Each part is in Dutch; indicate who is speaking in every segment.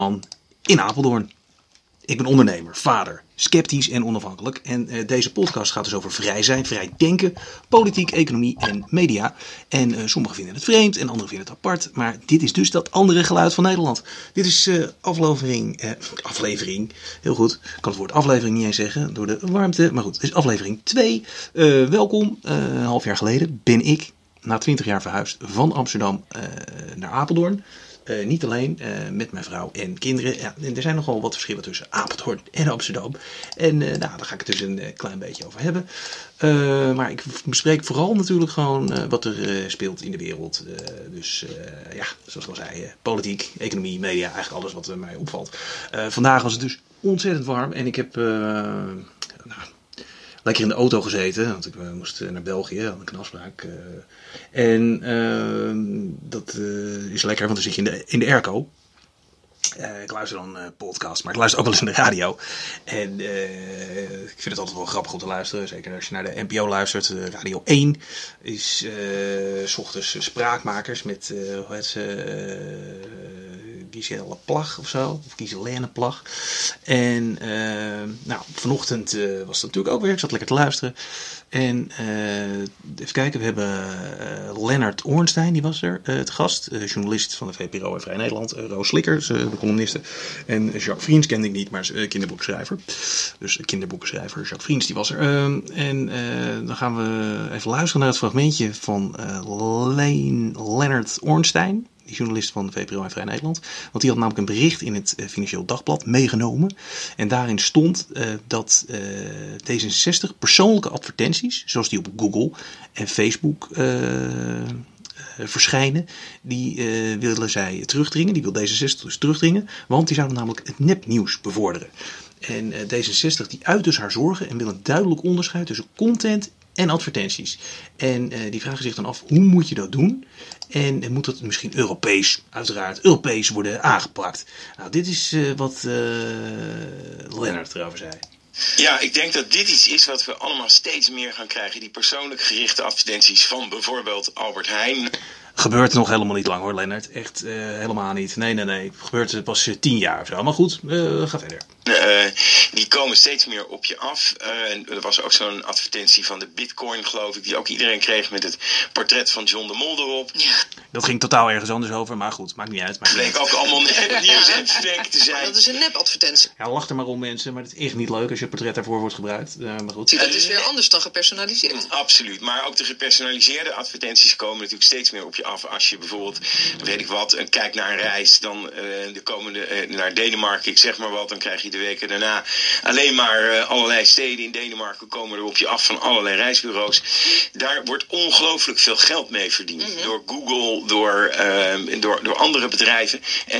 Speaker 1: man in Apeldoorn. Ik ben ondernemer, vader, sceptisch en onafhankelijk. En deze podcast gaat dus over vrij zijn, vrij denken, politiek, economie en media. En sommigen vinden het vreemd en anderen vinden het apart. Maar dit is dus dat andere geluid van Nederland. Dit is aflevering, heel goed. Ik kan het woord aflevering niet eens zeggen door de warmte. Maar goed, het is aflevering 2. Welkom, een half jaar geleden ben ik na 20 jaar verhuisd van Amsterdam naar Apeldoorn. Niet alleen, met mijn vrouw en kinderen. Ja, en er zijn nogal wat verschillen tussen Apeldoorn en Amsterdam. En daar ga ik het dus een klein beetje over hebben. Maar ik bespreek vooral natuurlijk gewoon wat er speelt in de wereld. Zoals ik al zei, politiek, economie, media, eigenlijk alles wat mij opvalt. Vandaag was het dus ontzettend warm en ik heb lekker in de auto gezeten, want ik moest naar België, had ik een afspraak. Dat is lekker, want dan zit je in de airco. Ik luister dan podcast, maar ik luister ook wel eens naar de radio. En ik vind het altijd wel grappig om te luisteren. Zeker als je naar de NPO luistert. Radio 1 is 's ochtends spraakmakers met, hoe heet ze, Giselle Plag of zo. Of Giselle Plag. En vanochtend was het natuurlijk ook weer. Ik zat lekker te luisteren. En even kijken, we hebben Lennart Ornstein, die was er, te gast. Journalist van de VPRO en Vrij Nederland. Roos Slikker, de columniste. En Jacques Vriends kende ik niet, maar kinderboekenschrijver. Dus kinderboekenschrijver Jacques Vriends, die was er. Dan gaan we even luisteren naar het fragmentje van Lennart Ornstein. Die journalist van de VPRO en Vrij Nederland. Want die had namelijk een bericht in het Financieel Dagblad meegenomen. En daarin stond dat D66 persoonlijke advertenties, zoals die op Google en Facebook verschijnen, die willen zij terugdringen. Die wil D66 dus terugdringen. Want die zouden namelijk het nepnieuws bevorderen. En D66 die uit dus haar zorgen en wil een duidelijk onderscheid tussen content en advertenties. En die vragen zich dan af, hoe moet je dat doen? En moet dat misschien Europees worden aangepakt? Nou, dit is wat Lennart erover zei.
Speaker 2: Ja, ik denk dat dit iets is wat we allemaal steeds meer gaan krijgen. Die persoonlijk gerichte advertenties van bijvoorbeeld Albert Heijn.
Speaker 1: Gebeurt nog helemaal niet lang hoor, Lennart. Echt helemaal niet. Nee. Het gebeurt pas 10 jaar of zo. Maar goed, ga verder.
Speaker 2: Die komen steeds meer op je af. Er was ook zo'n advertentie van de Bitcoin, geloof ik, die ook iedereen kreeg met het portret van John de Mol erop.
Speaker 1: Ja. Dat ging totaal ergens anders over, maar goed, maakt niet uit.
Speaker 2: Het bleek ook allemaal nepnieuws en fake te zijn.
Speaker 3: Dat is een nep-advertentie.
Speaker 1: Ja, lach er maar om mensen, maar het is echt niet leuk als je het portret daarvoor wordt gebruikt. Maar goed.
Speaker 3: Dat is weer anders dan gepersonaliseerd.
Speaker 2: Absoluut, maar ook de gepersonaliseerde advertenties komen natuurlijk steeds meer op je af. Als je bijvoorbeeld, weet ik wat, kijkt naar een reis, dan de komende naar Denemarken, ik zeg maar wat, dan krijg je de weken daarna alleen maar allerlei steden in Denemarken komen er op je af van allerlei reisbureaus. Daar wordt ongelooflijk veel geld mee verdiend. Mm-hmm. Door Google, door andere bedrijven.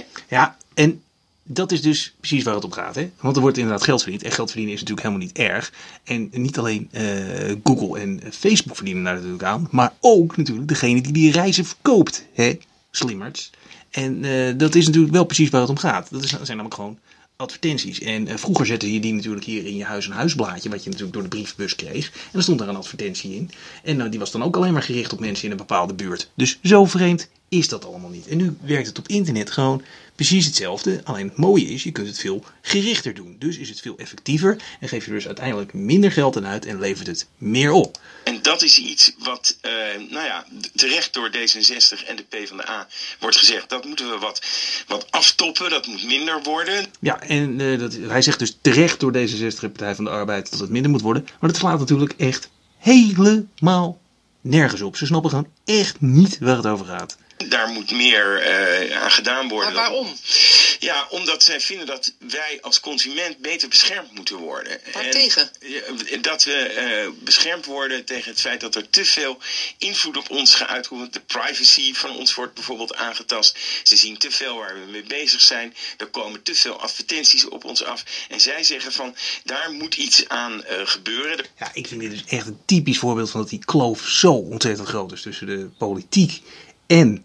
Speaker 1: En dat is dus precies waar het om gaat. Hè? Want er wordt inderdaad geld verdiend. En geld verdienen is natuurlijk helemaal niet erg. En niet alleen Google en Facebook verdienen daar natuurlijk aan. Maar ook natuurlijk degene die reizen verkoopt. Hè? Slimmerts. En dat is natuurlijk wel precies waar het om gaat. Dat zijn namelijk gewoon advertenties. En vroeger zette je die natuurlijk hier in je huis een huisblaadje, wat je natuurlijk door de brievenbus kreeg. En er stond daar een advertentie in. En die was dan ook alleen maar gericht op mensen in een bepaalde buurt. Dus zo vreemd is dat allemaal niet. En nu werkt het op internet gewoon precies hetzelfde. Alleen het mooie is, je kunt het veel gerichter doen. Dus is het veel effectiever. En geef je dus uiteindelijk minder geld aan uit en levert het meer op.
Speaker 2: En dat is iets wat terecht door D66 en de PvdA wordt gezegd. Dat moeten we wat aftoppen. Dat moet minder worden.
Speaker 1: Ja, en hij zegt dus terecht door D66 en Partij van de Arbeid dat het minder moet worden. Maar dat slaat natuurlijk echt helemaal nergens op. Ze snappen gewoon echt niet waar het over gaat.
Speaker 2: Daar moet meer aan gedaan worden.
Speaker 3: Maar waarom?
Speaker 2: Ja, omdat zij vinden dat wij als consument beter beschermd moeten worden.
Speaker 3: Waartegen?
Speaker 2: Dat we beschermd worden tegen het feit dat er te veel invloed op ons geuitoefend. De privacy van ons wordt bijvoorbeeld aangetast. Ze zien te veel waar we mee bezig zijn. Er komen te veel advertenties op ons af. En zij zeggen van, daar moet iets aan gebeuren.
Speaker 1: Ja, ik vind dit dus echt een typisch voorbeeld van dat die kloof zo ontzettend groot is tussen de politiek en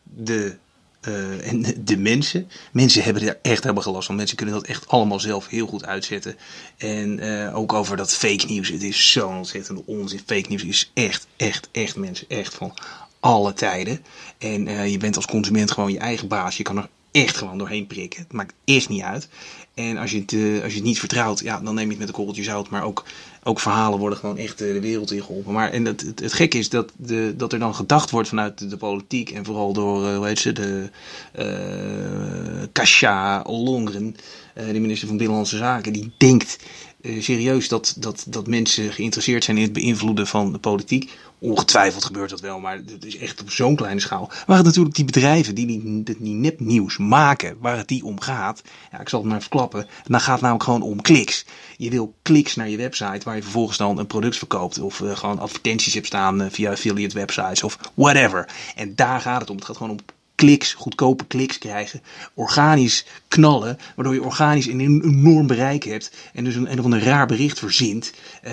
Speaker 1: de mensen. Mensen hebben er echt helemaal gelast van. Mensen kunnen dat echt allemaal zelf heel goed uitzetten. En ook over dat fake nieuws. Het is zo'n ontzettende onzin. Fake nieuws is echt mensen. Echt van alle tijden. En je bent als consument gewoon je eigen baas. Je kan er echt gewoon doorheen prikken. Het maakt echt niet uit. En als je het niet vertrouwt, ja, dan neem je het met een korreltje zout. Maar ook verhalen worden gewoon echt de wereld in geholpen. Maar en het gekke is dat er dan gedacht wordt vanuit de politiek. En vooral door, Kasia Ollongren, de minister van Binnenlandse Zaken. Die denkt serieus dat mensen geïnteresseerd zijn in het beïnvloeden van de politiek. Ongetwijfeld gebeurt dat wel, maar het is echt op zo'n kleine schaal. Waar het natuurlijk die bedrijven die nepnieuws maken, waar het die om gaat. Ja, ik zal het maar verklappen. Dan gaat het namelijk gewoon om kliks. Je wil kliks naar je website waar je vervolgens dan een product verkoopt. Of gewoon advertenties hebt staan via affiliate websites of whatever. En daar gaat het om. Het gaat gewoon om kliks, goedkope kliks krijgen, organisch knallen, waardoor je organisch een enorm bereik hebt en dus een of ander raar bericht verzint,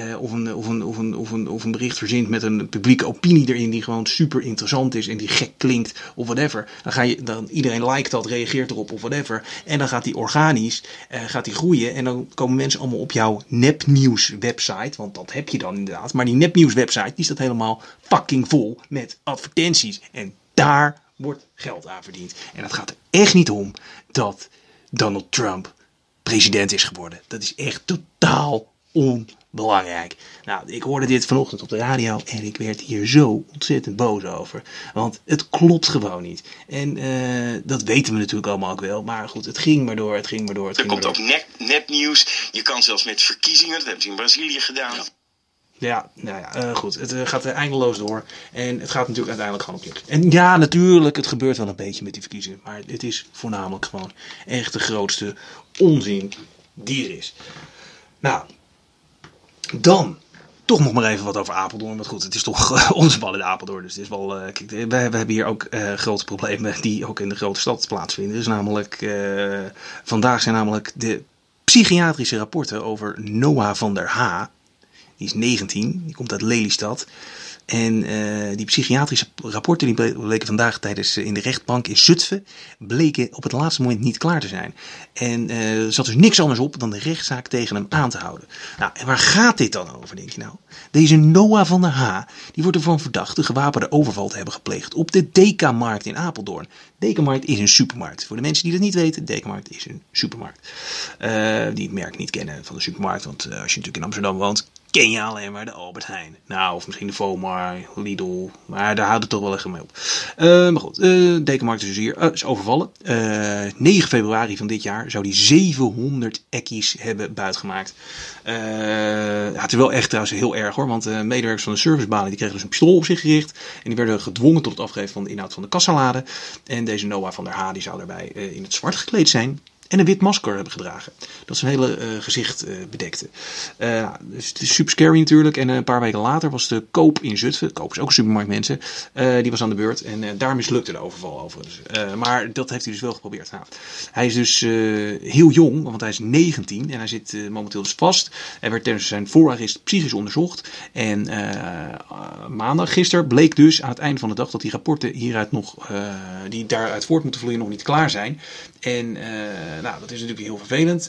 Speaker 1: of een bericht verzint met een publieke opinie erin die gewoon super interessant is en die gek klinkt of whatever. Dan iedereen liked dat, reageert erop of whatever en dan gaat die organisch gaat die groeien en dan komen mensen allemaal op jouw nepnieuws website, want dat heb je dan inderdaad, maar die nepnieuws website die staat helemaal fucking vol met advertenties en daar wordt geld aan verdiend. En het gaat er echt niet om dat Donald Trump president is geworden. Dat is echt totaal onbelangrijk. Nou, ik hoorde dit vanochtend op de radio en ik werd hier zo ontzettend boos over. Want het klopt gewoon niet. En dat weten we natuurlijk allemaal ook wel. Maar goed, het ging maar door.
Speaker 2: Er komt ook nepnieuws. Je kan zelfs met verkiezingen, dat hebben ze in Brazilië gedaan.
Speaker 1: Ja, nou ja, goed. Het gaat eindeloos door. En het gaat natuurlijk uiteindelijk gewoon op kliks. En ja, natuurlijk, het gebeurt wel een beetje met die verkiezingen. Maar het is voornamelijk gewoon echt de grootste onzin die er is. Nou, dan toch nog maar even wat over Apeldoorn. Want goed, het is toch onze bal in Apeldoorn. Dus het is wel. Kijk, we hebben hier ook grote problemen die ook in de grote stad plaatsvinden. Dus namelijk, vandaag zijn namelijk de psychiatrische rapporten over Noah van der H. Die is 19, die komt uit Lelystad. En die psychiatrische rapporten die bleken vandaag tijdens in de rechtbank in Zutphen bleken op het laatste moment niet klaar te zijn. En er zat dus niks anders op dan de rechtszaak tegen hem aan te houden. Nou, en waar gaat dit dan over, denk je nou? Deze Noah van der H, die wordt ervan verdacht de gewapende overval te hebben gepleegd op de Deka-markt in Apeldoorn. Deka-markt is een supermarkt. Voor de mensen die dat niet weten, Deka-markt is een supermarkt. Die het merk niet kennen van de supermarkt, want als je natuurlijk in Amsterdam woont, ken je alleen maar de Albert Heijn. Nou, of misschien de Vomar, Lidl. Maar daar houdt het toch wel echt mee op. Maar goed, Deka-markt is dus hier. Is overvallen. 9 februari van dit jaar zou die 700 ekkies hebben buitgemaakt. Het is wel echt trouwens heel erg hoor. Want medewerkers van de servicebanen die kregen dus een pistool op zich gericht. En die werden gedwongen tot het afgeven van de inhoud van de kassalade. En deze Noah van der H die zou daarbij in het zwart gekleed zijn. En een wit masker hebben gedragen. Dat zijn hele gezicht bedekte. Dus het is super scary natuurlijk. En een paar weken later was de Koop in Zutphen. Koop is ook een supermarkt, mensen. Die was aan de beurt. En daar mislukte de overval overigens. Maar dat heeft hij dus wel geprobeerd. Nou, hij is dus heel jong. Want hij is 19. En hij zit momenteel dus vast. Hij werd tijdens zijn voorarrest psychisch onderzocht. En maandag, gisteren, bleek dus aan het einde van de dag dat die rapporten hieruit nog, die daaruit voort moeten vloeien, nog niet klaar zijn. En nou, dat is natuurlijk heel vervelend.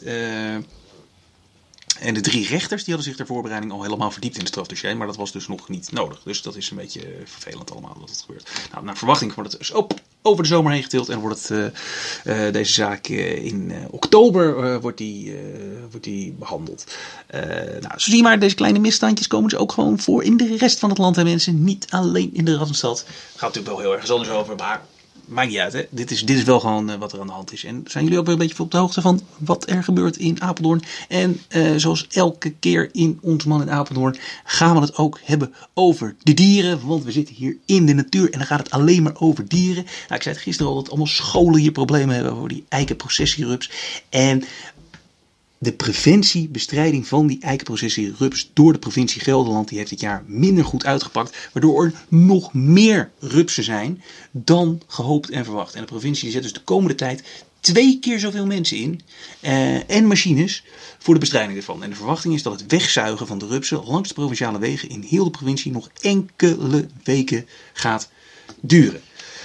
Speaker 1: En de 3 rechters die hadden zich ter voorbereiding al helemaal verdiept in het strafdossier. Maar dat was dus nog niet nodig. Dus dat is een beetje vervelend allemaal dat het gebeurt. Nou, naar verwachting wordt het dus over de zomer heen getild. En wordt deze zaak in oktober wordt die behandeld. Nou, zo zie je maar, deze kleine misstandjes komen dus ook gewoon voor in de rest van het land. En mensen, niet alleen in de Randstad. Het gaat natuurlijk wel heel erg anders over, maar maakt niet uit, hè. Dit is wel gewoon wat er aan de hand is. En zijn jullie ook weer een beetje op de hoogte van wat er gebeurt in Apeldoorn? En zoals elke keer in Ons Man in Apeldoorn gaan we het ook hebben over de dieren. Want we zitten hier in de natuur en dan gaat het alleen maar over dieren. Nou, ik zei het gisteren al dat allemaal scholen hier problemen hebben over die eikenprocessierups. En de preventiebestrijding van die eikenprocessierups door de provincie Gelderland, die heeft dit jaar minder goed uitgepakt. Waardoor er nog meer rupsen zijn dan gehoopt en verwacht. En de provincie zet dus de komende tijd 2 keer zoveel mensen in en machines voor de bestrijding ervan. En de verwachting is dat het wegzuigen van de rupsen langs de provinciale wegen in heel de provincie nog enkele weken gaat duren.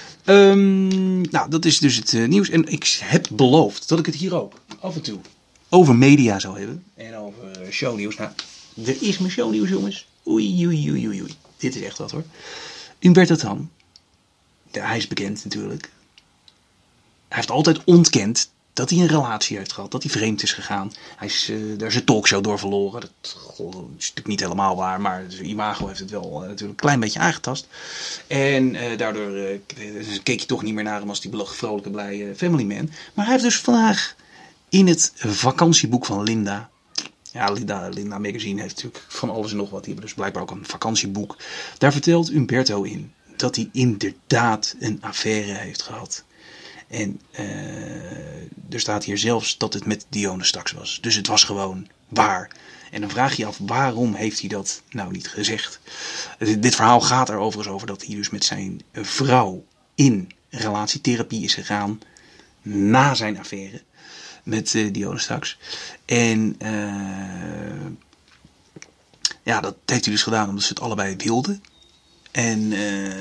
Speaker 1: Nou, dat is dus het nieuws. En ik heb beloofd dat ik het hier ook af en toe over media zou hebben. En over shownieuws. Nou, er is mijn shownieuws, jongens. Oei. Dit is echt wat, hoor. Humberto Tan. Ja, hij is bekend natuurlijk. heeft altijd ontkend dat hij een relatie heeft gehad. Dat hij vreemd is gegaan. Daar is een talkshow door verloren. Dat is natuurlijk niet helemaal waar. Maar zijn imago heeft het wel natuurlijk een klein beetje aangetast. En daardoor keek je toch niet meer naar hem als die vrolijke, blije family man. Maar hij heeft dus vandaag in het vakantieboek van Linda... Ja, Linda Magazine heeft natuurlijk van alles en nog wat. Die hebben dus blijkbaar ook een vakantieboek. Daar vertelt Umberto in dat hij inderdaad een affaire heeft gehad. En er staat hier zelfs dat het met Dionne straks was. Dus het was gewoon waar. En dan vraag je je af, waarom heeft hij dat nou niet gezegd? Dit verhaal gaat er overigens over dat hij dus met zijn vrouw in relatietherapie is gegaan na zijn affaire met Dionne straks. En ja, dat heeft hij dus gedaan omdat ze het allebei wilden. En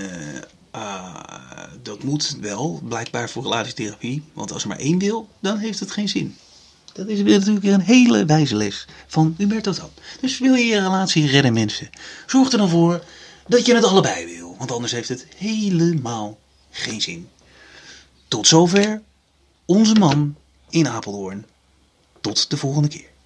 Speaker 1: dat moet wel, blijkbaar voor relatietherapie. Want als er maar één wil, dan heeft het geen zin. Dat is natuurlijk weer een hele wijze les van Umberto Tan. Dus wil je je relatie redden, mensen, zorg er dan voor dat je het allebei wil. Want anders heeft het helemaal geen zin. Tot zover onze man in Apeldoorn. Tot de volgende keer.